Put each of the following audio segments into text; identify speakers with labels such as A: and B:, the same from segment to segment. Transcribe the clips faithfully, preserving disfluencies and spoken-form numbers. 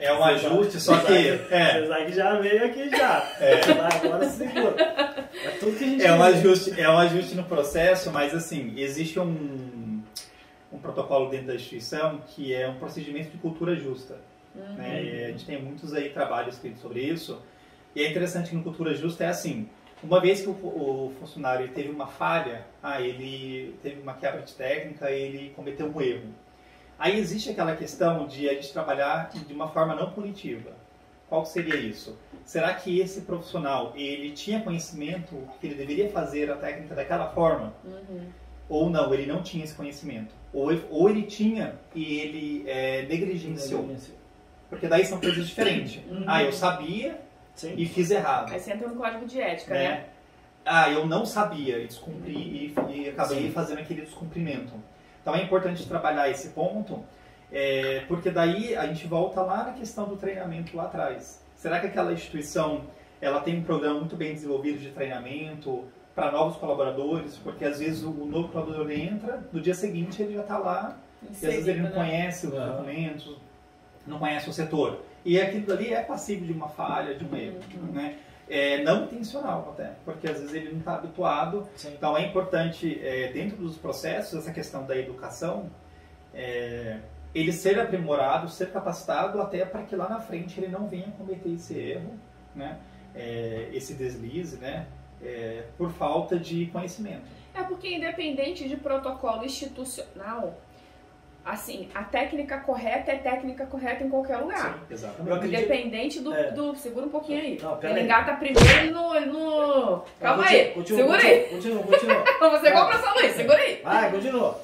A: é um ajuste, só que...
B: É. Zague já veio aqui já. É. Agora segura. É tudo que a gente
A: é um ajuste, é um ajuste no processo, mas assim, existe um, um protocolo dentro da instituição que é um procedimento de cultura justa. Uhum. Né? E a gente tem muitos aí trabalhos escritos sobre isso. E é interessante que no cultura justa é assim, uma vez que o, o funcionário teve uma falha, ah, ele teve uma quebra de técnica, ele cometeu um erro. Aí existe aquela questão de a gente trabalhar de uma forma não punitiva. Qual seria isso? Será que esse profissional, ele tinha conhecimento que ele deveria fazer a técnica daquela forma? Uhum. Ou não, ele não tinha esse conhecimento? Ou, ou ele tinha e ele é, negligenciou? Porque daí são coisas diferentes. Uhum. Ah, eu sabia Sim. e fiz errado.
C: Aí você entra no código de ética, né? né?
A: Ah, eu não sabia e descumpri e, e acabei Sim. fazendo aquele descumprimento. Então é importante trabalhar esse ponto, é, porque daí a gente volta lá na questão do treinamento lá atrás. Será que aquela instituição ela tem um programa muito bem desenvolvido de treinamento para novos colaboradores? Porque às vezes o novo colaborador entra, no dia seguinte ele já está lá, e às vezes ele não né? conhece os documentos, não conhece o setor. E aquilo ali é passível de uma falha, de um erro, uhum. né? É, não intencional até, porque às vezes ele não está habituado. Sim. Então é importante, é, dentro dos processos, essa questão da educação, é, ele ser aprimorado, ser capacitado até para que lá na frente ele não venha cometer esse erro, né? É, esse deslize, né? É, por falta de conhecimento.
C: É porque independente de protocolo institucional, assim, a técnica correta é técnica correta em qualquer lugar.
A: Sim, exatamente.
C: Independente do, é. do... Segura um pouquinho aí. Não, ele engata primeiro no... no... Calma
B: continua,
C: aí.
B: Continua,
C: segura
B: continua,
C: aí.
B: Continua, continua.
C: Você compra São Luís, segura aí.
B: Vai, continua.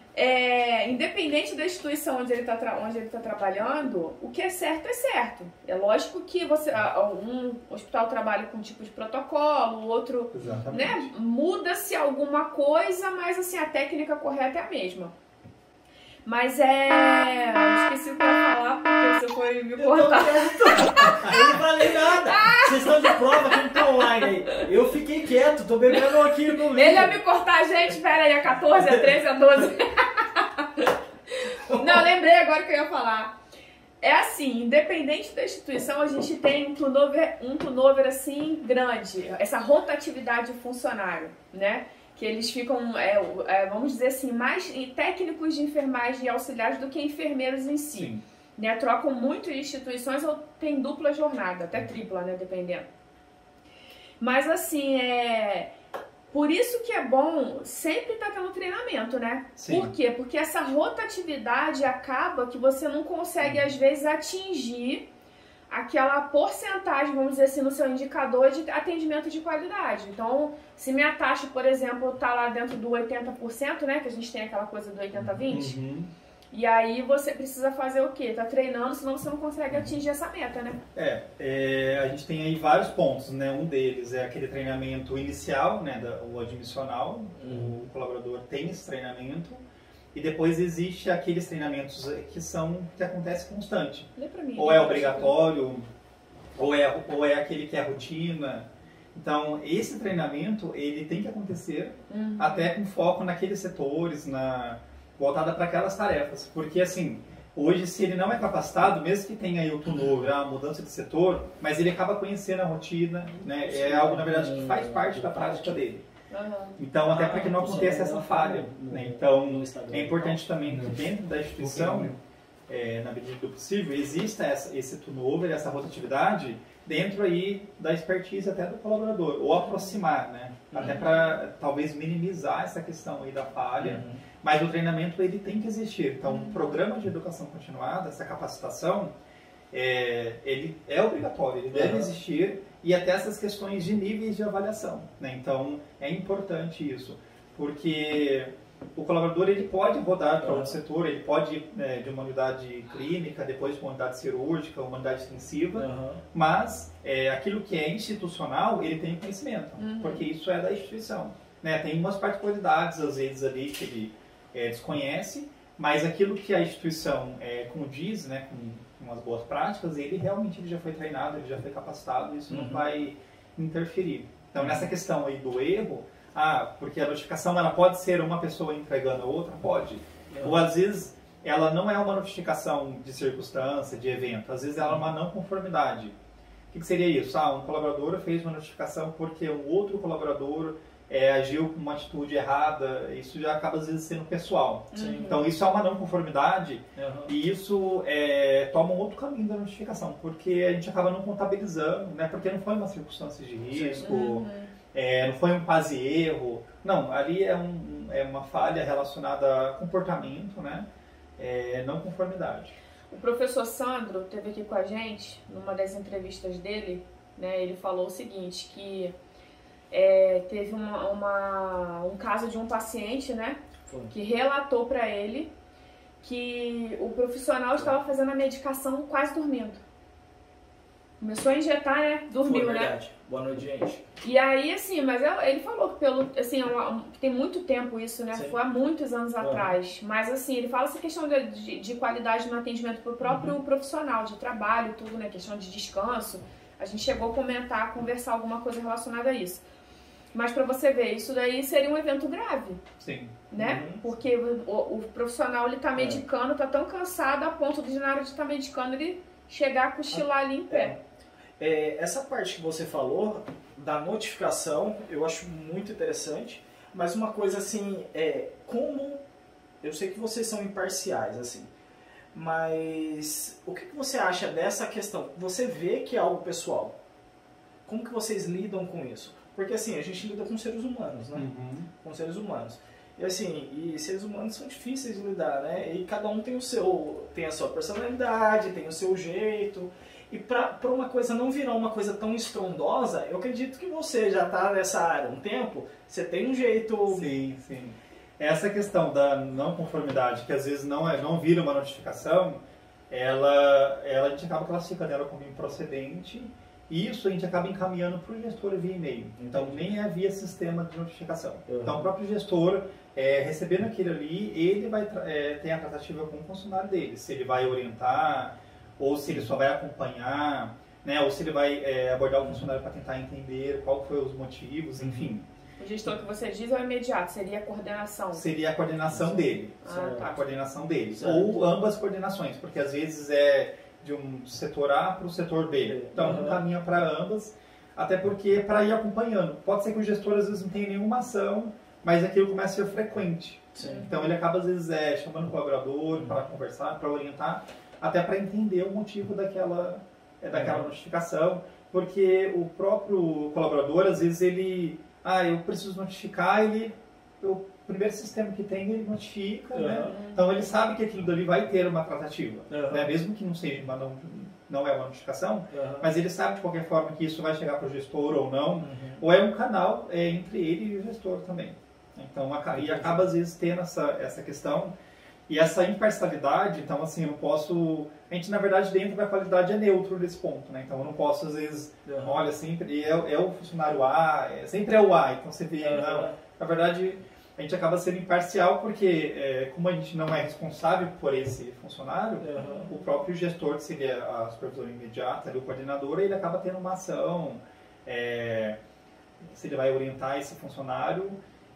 C: É, independente da instituição onde ele está onde ele tá trabalhando, o que é certo é certo. É lógico que você, um hospital trabalha com um tipo de protocolo, o outro... Né, muda-se alguma coisa, mas assim, a técnica correta é a mesma. Mas é... Eu esqueci o que eu ia falar porque você foi me cortar.
B: Eu não falei nada. Vocês estão de prova que não estão online aí. Eu fiquei quieto, tô bebendo aqui no livro.
C: Ele ia me cortar, gente. Pera aí, é quatorze, é treze, é doze. Não, lembrei agora que eu ia falar. É assim, independente da instituição, a gente tem um turnover, um turnover assim grande. Essa rotatividade de funcionário, né? Que eles ficam, é, é, vamos dizer assim, mais técnicos de enfermagem e auxiliares do que enfermeiros em si. Sim. Né? Trocam muito de instituições ou tem dupla jornada, até tripla, né? Dependendo. Mas assim, é... por isso que é bom sempre estar tendo treinamento, né? Sim. Por quê? Porque essa rotatividade acaba que você não consegue, às vezes, atingir aquela porcentagem, vamos dizer assim, no seu indicador de atendimento de qualidade. Então, se minha taxa, por exemplo, está lá dentro do oitenta por cento, né, que a gente tem aquela coisa do oitenta vinte, uhum. E aí você precisa fazer o quê? Tá treinando, senão você não consegue atingir essa meta, né?
A: É, é a gente tem aí vários pontos, né? Um deles é aquele treinamento inicial, né, da, o admissional, uhum. O colaborador tem esse treinamento. E depois existe aqueles treinamentos que são que acontece constante.
C: Lê pra mim,
A: ou é obrigatório, ou é, ou é aquele que é rotina. Então, esse treinamento ele tem que acontecer uhum. até com foco naqueles setores, na, voltada para aquelas tarefas. Porque, assim, hoje, se ele não é capacitado, mesmo que tenha aí o turnover, a mudança de setor, mas ele acaba conhecendo a rotina, né? É algo, na verdade, que faz parte da prática dele. Uhum. Então, até para que não aconteça essa falha. Né? Então, é importante também que dentro da instituição, é, na medida do possível, exista essa, esse turnover, essa rotatividade dentro aí da expertise até do colaborador, ou aproximar, né? Uhum. Até para talvez minimizar essa questão aí da falha. Uhum. Mas o treinamento ele tem que existir. Então, um programa de educação continuada, essa capacitação, é, ele é obrigatório, ele deve uhum. existir. E até essas questões de níveis de avaliação, né? Então, é importante isso, porque o colaborador ele pode rodar para outro setor, ele pode ir é, de uma unidade clínica, depois de uma unidade cirúrgica, uma unidade extensiva, uhum. mas é, aquilo que é institucional, ele tem conhecimento, uhum. porque isso é da instituição. Né? Tem umas particularidades, às vezes, ali que ele é, desconhece, mas aquilo que a instituição, é, como diz, né, com umas boas práticas, ele realmente ele já foi treinado, ele já foi capacitado, isso uhum. não vai interferir. Então, uhum. nessa questão aí do erro, ah, porque a notificação ela pode ser uma pessoa entregando a outra, pode. Uhum. Ou às vezes ela não é uma notificação de circunstância, de evento. Às vezes ela é uma não conformidade. O que, que seria isso? Ah, um colaborador fez uma notificação porque um outro colaborador é, agiu com uma atitude errada. Isso já acaba às vezes sendo pessoal.
C: Sim.
A: Então isso é uma não conformidade
B: Uhum.
A: e isso é, toma um outro caminho da notificação, porque a gente acaba não contabilizando, né? Porque não foi uma circunstância de risco,
C: Uhum.
A: é, não foi um quase erro. Não, ali é, um, é uma falha relacionada a comportamento, né? É, não conformidade.
C: O professor Sandro esteve aqui com a gente, numa das entrevistas dele, né, ele falou o seguinte, que é, teve uma, uma, um caso de um paciente, né,
B: Foi.
C: que relatou para ele que o profissional estava fazendo a medicação quase dormindo. Começou a injetar, né, dormiu,
B: Foi,
C: né?
B: verdade. Boa noite, gente.
C: E aí, assim, mas ele falou que pelo, assim, é uma- que tem muito tempo isso, né?
B: Sim.
C: Foi há muitos anos
B: Uhum.
C: atrás. Mas, assim, ele fala essa questão de, de, de qualidade no atendimento pro próprio
B: Uhum.
C: profissional, de trabalho, tudo, né? Questão de descanso. A gente chegou a comentar, conversar alguma coisa relacionada a isso. Mas pra você ver, isso daí seria um evento grave,
A: Sim.
C: né?
B: Uhum.
C: Porque o, o- o profissional, ele tá
B: É.
C: medicando, tá tão cansado a ponto de, na hora de estar medicando, ele chegar a cochilar ali em pé.
B: É, essa parte que você falou da notificação, eu acho muito interessante, mas uma coisa assim, é como eu sei que vocês são imparciais assim, mas o que, que você acha dessa questão? Você vê que é algo pessoal? Como que vocês lidam com isso? Porque assim, a gente lida com seres humanos, né?
A: Uhum.
B: Com seres humanos. E assim, e seres humanos são difíceis de lidar, né? E cada um tem o seu, tem a sua personalidade, tem o seu jeito. E para uma coisa não virar uma coisa tão estrondosa, eu acredito que você já está nessa área há um tempo, você tem um jeito...
A: Sim, sim. Essa questão da não conformidade, que às vezes não, é, não vira uma notificação, ela, ela, a gente acaba classificando ela como improcedente e isso a gente acaba encaminhando para o gestor via e-mail. Então, nem é via sistema de notificação.
B: Uhum.
A: Então, o próprio gestor, é, recebendo aquilo ali, ele vai é, ter a tratativa com o funcionário dele. Se ele vai orientar, ou se ele só vai acompanhar, né, ou se ele vai é, abordar o funcionário para tentar entender qual foram os motivos, enfim.
C: O gestor que você diz é o imediato, seria a coordenação.
A: Seria a coordenação dele.
C: Ah, tá.
A: A coordenação dele.
B: Certo.
A: Ou ambas coordenações, porque às vezes é de um setor A para o setor B. Então,
B: Uhum.
A: caminha para ambas, até porque para ir acompanhando. Pode ser que o gestor às vezes não tenha nenhuma ação, mas aquilo começa a ser frequente.
B: Sim.
A: Então, ele acaba às vezes é, chamando o colaborador para conversar, para orientar, até para entender o motivo daquela, é, daquela
B: Uhum.
A: notificação, porque o próprio colaborador, às vezes, ele... Ah, eu preciso notificar, ele... O primeiro sistema que tem, ele notifica,
B: Uhum.
A: né? Então, ele sabe que aquilo dali vai ter uma tratativa,
B: Uhum.
A: né? Mesmo que não seja uma não, não é uma notificação,
B: Uhum.
A: mas ele sabe de qualquer forma que isso vai chegar para o gestor ou não,
B: Uhum.
A: ou é um canal é, entre ele e o gestor também. Então, aca- e acaba às vezes tendo essa, essa questão e essa imparcialidade. Então, assim, eu não posso... A gente, na verdade, dentro da qualidade é neutro nesse ponto, né? Então, eu não posso, às vezes,
B: Uhum.
A: olha, sempre é, é o funcionário A, é, sempre é o A, então você vê,
B: Uhum.
A: não. Na verdade, a gente acaba sendo imparcial porque, é, como a gente não é responsável por esse funcionário,
B: Uhum.
A: o próprio gestor, que seria a supervisora imediata, ali, o coordenador, ele acaba tendo uma ação, é, se ele vai orientar esse funcionário,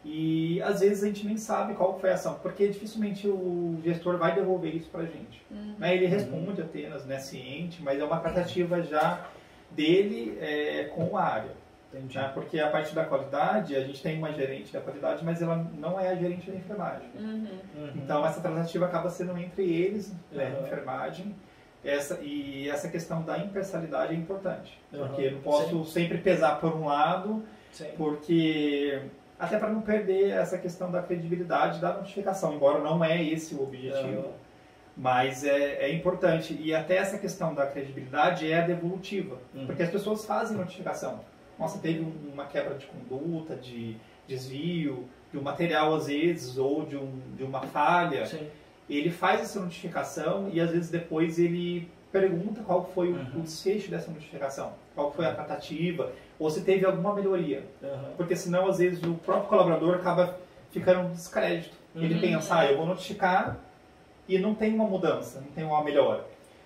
A: e às vezes a gente nem sabe qual foi a ação, porque dificilmente o gestor vai devolver isso pra gente.
C: Uhum.
A: Né? Ele responde apenas, né, ciente, mas é uma tratativa já dele é, com a área.
B: Entendi.
A: Né? Porque a parte da qualidade, a gente tem uma gerente da qualidade, mas ela não é a gerente da enfermagem.
C: Uhum.
B: Uhum.
A: Então essa tratativa acaba sendo entre eles, né,
B: Uhum.
A: enfermagem, essa, e essa questão da imparcialidade é importante.
B: Uhum.
A: Porque eu não posso sempre pesar por um lado,
B: Sim.
A: porque até para não perder essa questão da credibilidade da notificação, embora não é esse o objetivo.
B: Uhum.
A: Mas é, é importante, e até essa questão da credibilidade é a devolutiva,
B: Uhum.
A: porque as pessoas fazem notificação. Nossa, teve um- uma quebra de conduta, de desvio, de um material às vezes, ou de, um, de uma falha.
B: Sim.
A: Ele faz essa notificação e às vezes depois ele pergunta qual foi o,
B: Uhum.
A: o desfecho dessa notificação, qual foi a tratativa, ou se teve alguma melhoria.
B: Uhum.
A: Porque senão às vezes o próprio colaborador acaba ficando um descrédito. Ele
C: Uhum.
A: pensa, ah, eu vou notificar e não tem uma mudança, não tem uma melhora.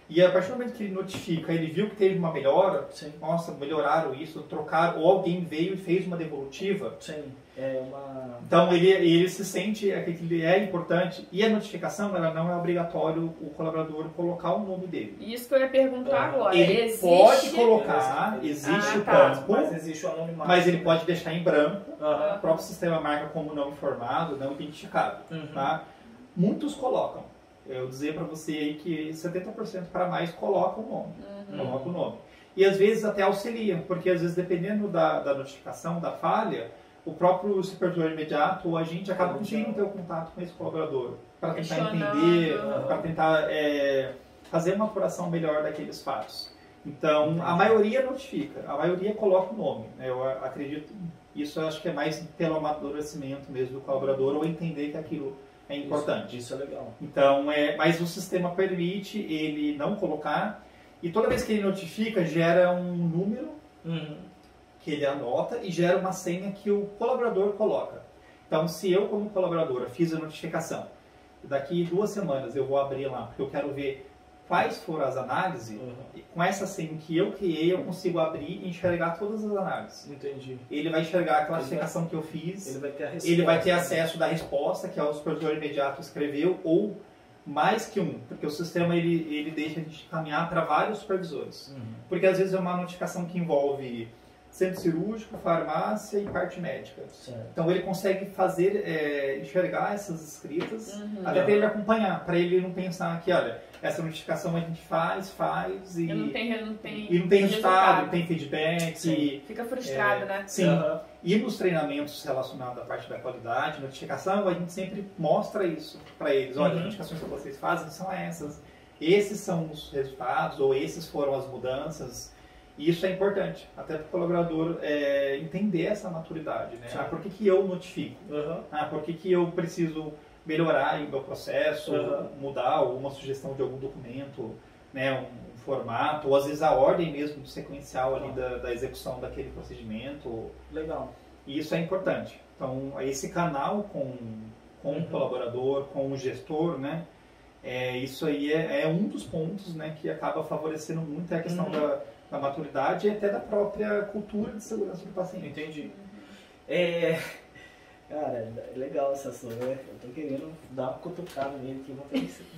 A: E a partir do momento que ele notifica, ele viu que teve uma melhora,
B: Sim.
A: nossa, melhoraram isso, trocaram, ou alguém veio e fez uma devolutiva.
B: Sim, é uma...
A: Então ele, ele se sente que ele é importante. E a notificação, ela não é obrigatório o colaborador colocar o nome dele.
C: Isso que eu ia perguntar
B: Ah,
C: agora.
A: Ele
C: existe...
A: pode colocar, existe
C: Ah,
A: o
C: tá.
A: campo,
B: Mas existe o anonimato.
A: mas ele pode deixar em branco.
B: Aham.
A: O próprio sistema marca como não informado, não identificado.
B: Uhum.
A: Tá? Muitos colocam. Eu dizer para você aí que setenta por cento para mais colocam o nome.
C: Uhum.
A: Coloca o nome. E às vezes até auxiliam, porque às vezes dependendo da, da notificação, da falha, o próprio supervisor imediato ou a gente acaba conseguindo ter o contato com esse colaborador para tentar
C: Questionando.
A: entender, para tentar é, fazer uma apuração melhor daqueles fatos. Então, a maioria notifica, a maioria coloca o nome. Né? Eu acredito, isso eu acho que é mais pelo amadurecimento mesmo do colaborador ou entender que aquilo é importante.
B: Isso, isso é legal.
A: Então, é, mas o sistema permite ele não colocar e toda vez que ele notifica gera um número
B: Uhum.
A: que ele anota e gera uma senha que o colaborador coloca. Então, se eu como colaboradora fiz a notificação, daqui duas semanas eu vou abrir lá porque eu quero ver quais foram as análises,
B: Uhum.
A: e com essa senha que eu criei eu consigo abrir e enxergar todas as análises.
B: Entendi.
A: Ele vai enxergar a classificação que eu fiz.
B: Ele vai ter a resposta.
A: Ele vai ter acesso da resposta que é o supervisor imediato escreveu ou mais que um, porque o sistema ele, ele deixa a gente caminhar para vários supervisores.
B: Uhum.
A: Porque às vezes é uma notificação que envolve centro cirúrgico, farmácia e parte médica.
B: Certo.
A: Então ele consegue fazer, é, enxergar essas escritas,
C: Uhum.
A: até para ele acompanhar, para ele não pensar que, olha, essa notificação a gente faz, faz e
C: E não tem, não tem,
A: e não tem resultado, não tem feedback.
B: Sim.
A: E,
C: Fica frustrado,
A: é,
C: né?
A: Sim.
B: Uhum.
A: E nos treinamentos relacionados à parte da qualidade, notificação, a gente sempre mostra isso para eles. Olha,
B: Uhum.
A: as notificações que vocês fazem são essas. Esses são os resultados, ou esses foram as mudanças. E isso é importante, até para o colaborador é, entender essa maturidade. Né?
B: Sim.
A: Ah, por que, que eu notifico?
B: Uhum.
A: Ah, por que, que eu preciso melhorar o meu processo,
B: Uhum.
A: mudar alguma sugestão de algum documento, né, um, um formato, ou às vezes a ordem mesmo do sequencial ali da, da execução daquele procedimento.
B: Legal.
A: E isso é importante. Então, esse canal com, com
B: Uhum.
A: o colaborador, com o gestor, né, é, isso aí é, é um dos pontos, né, que acaba favorecendo muito a questão
B: Uhum.
A: da, da maturidade e até da própria cultura de segurança do paciente.
B: Entendi. É... Cara, é legal essa sua, né? Eu tô querendo dar uma cutucada nele aqui, vamos ver se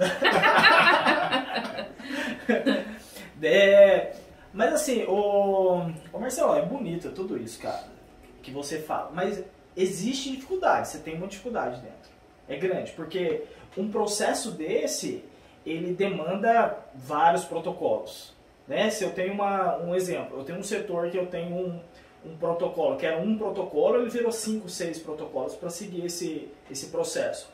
B: é... Mas assim, o... o Marcelo, é bonito tudo isso, cara, que você fala, mas existe dificuldade, você tem uma dificuldade dentro. É grande, porque um processo desse, ele demanda vários protocolos. Né? Se eu tenho uma, um exemplo, eu tenho um setor que eu tenho um, um protocolo, que era um protocolo, ele virou cinco, seis protocolos para seguir esse, esse processo.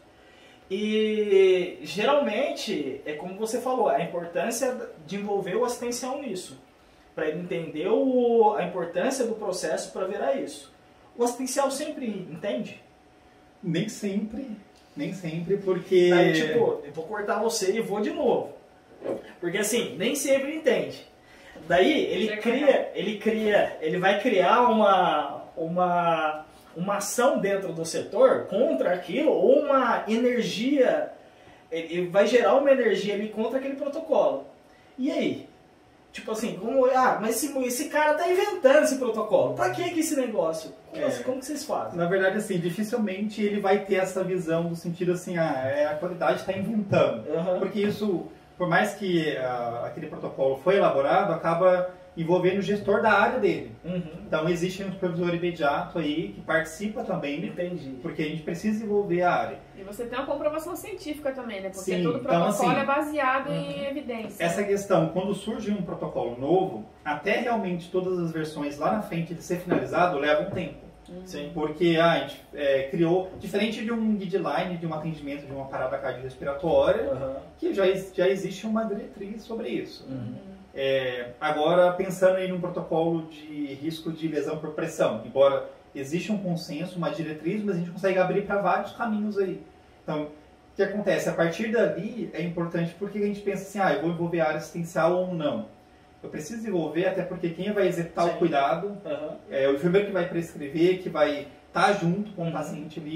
B: E geralmente, é como você falou, a importância de envolver o assistencial nisso, para ele entender o, a importância do processo para virar isso. O assistencial sempre entende?
A: Nem sempre, nem sempre, porque...
B: Aí, tipo, eu vou cortar você e vou de novo. Porque assim, nem sempre entende. Daí ele cria, ele cria, ele vai criar uma, uma, uma ação dentro do setor contra aquilo, ou uma energia, ele vai gerar uma energia ali contra aquele protocolo. E aí? Tipo assim, como, ah, mas esse, esse cara tá inventando esse protocolo. Pra que que esse negócio? Como,
A: É.
B: como que vocês fazem?
A: Na verdade, assim, dificilmente ele vai ter essa visão do sentido assim, ah, é, a qualidade está inventando.
B: Uhum.
A: Porque isso, por mais que ah, aquele protocolo foi elaborado, acaba envolvendo o gestor da área dele.
B: Uhum.
A: Então existe um supervisor imediato aí que participa também,
B: Entendi.
A: porque a gente precisa envolver a área.
C: E você tem uma comprovação científica também, né? Porque
A: Sim,
C: todo
A: então,
C: protocolo
A: assim,
C: é baseado
B: uhum.
C: em evidência.
A: Essa questão, quando surge um protocolo novo, até realmente todas as versões lá na frente de ser finalizado, leva um tempo.
B: Sim.
A: Porque ah, a gente é, criou, diferente de um guideline, de um atendimento de uma parada cardiorrespiratória,
B: Uhum.
A: que já, já existe uma diretriz sobre isso.
B: Uhum.
A: É, agora, pensando em um protocolo de risco de lesão por pressão, embora exista um consenso, uma diretriz, mas a gente consegue abrir para vários caminhos aí. Então, o que acontece? A partir dali é importante porque a gente pensa assim, ah, eu vou envolver a área assistencial ou não. Eu preciso envolver até porque quem vai executar
B: Sim.
A: o cuidado
B: Uhum.
A: é o enfermeiro que vai prescrever, que vai estar junto com o
B: Uhum.
A: paciente ali,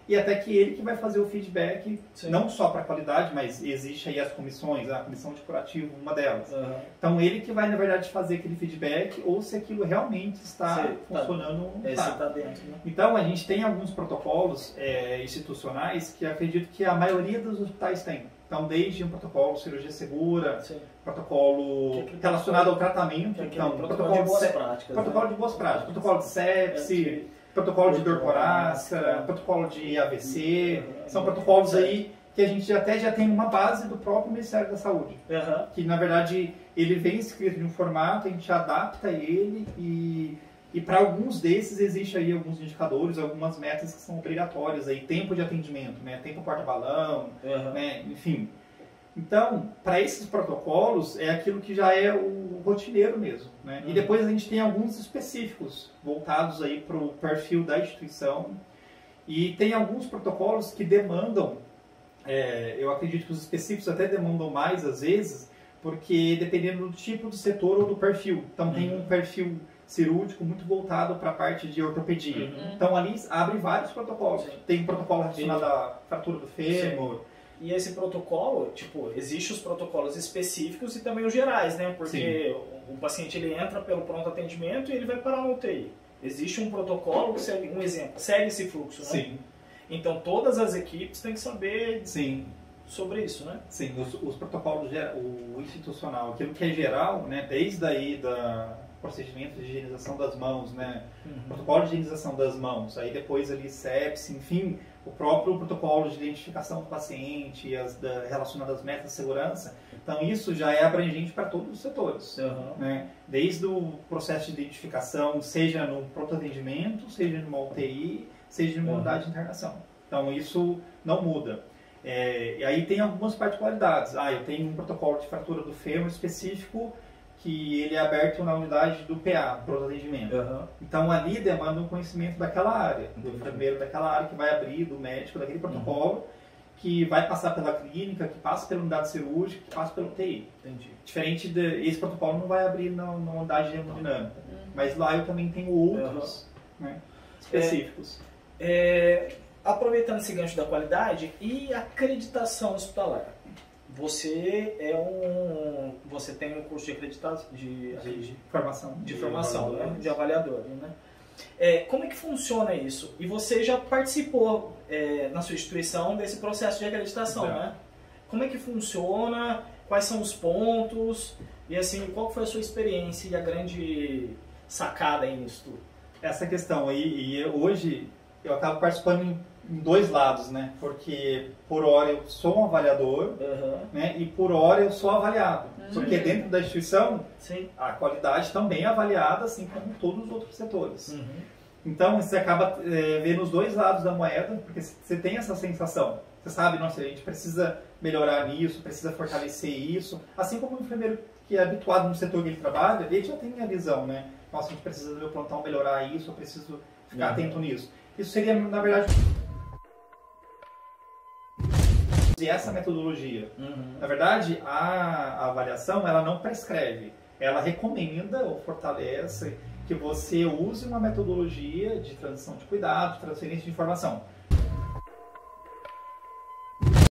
A: e até que ele que vai fazer o feedback,
B: Sim.
A: não só para a qualidade, mas existe aí as comissões, a comissão de curativo, uma delas.
B: Uhum.
A: Então ele que vai, na verdade, fazer aquele feedback ou se aquilo realmente está
B: Sim,
A: funcionando ou não
B: Esse
A: está.
B: tá dentro, né?
A: Então a gente tem alguns protocolos é, institucionais que eu acredito que a maioria dos hospitais tem. Então desde um protocolo cirurgia segura,
B: Sim.
A: protocolo
B: Que é
A: relacionado ao tratamento,
B: Que é
A: então
B: protocolo,
A: protocolo
B: de boas
A: se-
B: práticas.
A: protocolo
B: né?
A: de boas práticas, protocolo de sepse,
B: É,
A: protocolo de dor
B: protocolo,
A: torácica,
B: né?
A: protocolo de A V C,
B: Uhum.
A: são protocolos aí que a gente até já tem uma base do próprio Ministério da Saúde.
B: Uhum.
A: Que na verdade ele vem escrito em um formato, a gente adapta ele e, e para alguns desses existe aí alguns indicadores, algumas metas que são obrigatórias aí, tempo de atendimento, né, tempo porta-balão,
B: Uhum.
A: né, enfim. Então, para esses protocolos é aquilo que já é o rotineiro mesmo, né?
B: Uhum.
A: E depois a gente tem alguns específicos voltados aí para o perfil da instituição e tem alguns protocolos que demandam, é, eu acredito que os específicos até demandam mais às vezes, porque dependendo do tipo de setor ou do perfil. Então tem um perfil cirúrgico muito voltado para a parte de ortopedia.
B: Uhum.
A: Então ali abre vários protocolos.
B: Sim.
A: Tem um protocolo relacionado à fratura do fêmur.
B: E esse protocolo, tipo, existem os protocolos específicos e também os gerais, né? Porque o, o paciente ele entra pelo pronto atendimento e ele vai parar no U T I. Existe um protocolo que segue, um exemplo, segue esse fluxo, né?
A: Sim,
B: Então todas as equipes têm que saber
A: sim.
B: sobre isso, né?
A: Sim, os, os protocolos, ger- o institucional, aquilo que é geral, né, desde aí da procedimento de higienização das mãos, né,
B: Uhum.
A: protocolo de higienização das mãos, aí depois ali sepse, enfim, o próprio protocolo de identificação do paciente, as da, relacionado às metas de segurança, então isso já é abrangente para todos os setores,
B: Uhum.
A: né, desde o processo de identificação, seja no pronto atendimento, seja numa U T I, seja numa
B: Uhum.
A: unidade de internação, então isso não muda. É, e aí tem algumas particularidades. Ah, eu tenho um protocolo de fratura do fêmur específico que ele é aberto na unidade do P A, pronto atendimento.
B: Uhum.
A: Então ali demanda um conhecimento daquela área, do
B: Entendi.
A: enfermeiro daquela área que vai abrir, do médico daquele protocolo, que vai passar pela clínica, que passa pela unidade cirúrgica, que passa pelo U T I.
B: Entendi.
A: Diferente de, esse protocolo não vai abrir na, na unidade de hemodinâmica, mas lá eu também tenho outros, né, específicos.
B: É, aproveitando esse gancho da qualidade e acreditação hospitalar. Você é um, você tem um curso de acreditação de,
A: De,
B: de,
A: formação.
B: de formação, né? De avaliador, né? É, como é que funciona isso? E você já participou é, na sua instituição desse processo de acreditação,
A: Já.
B: né? Como é que funciona? Quais são os pontos? E assim, qual foi a sua experiência e a grande sacada aí nisso tudo?
A: Essa questão aí, e hoje eu acabo participando em, em dois lados, né? Porque por hora eu sou um avaliador,
B: Uhum.
A: né? E por hora eu sou avaliado.
C: Uhum.
A: Porque dentro da instituição,
B: Sim.
A: a qualidade também é avaliada, assim como todos os outros setores.
B: Uhum.
A: Então você acaba é, vendo os dois lados da moeda, porque você tem essa sensação. Você sabe, nossa, a gente precisa melhorar nisso, precisa fortalecer isso. Assim como o enfermeiro que é habituado no setor que ele trabalha, ele já tem a visão, né? Nossa, a gente precisa do meu plantão melhorar isso, eu preciso ficar
B: Uhum.
A: atento nisso. Isso seria, na verdade, e essa metodologia.
B: Uhum.
A: Na verdade, a, a avaliação ela não prescreve, ela recomenda ou fortalece que você use uma metodologia de transição de cuidado, de transferência de informação.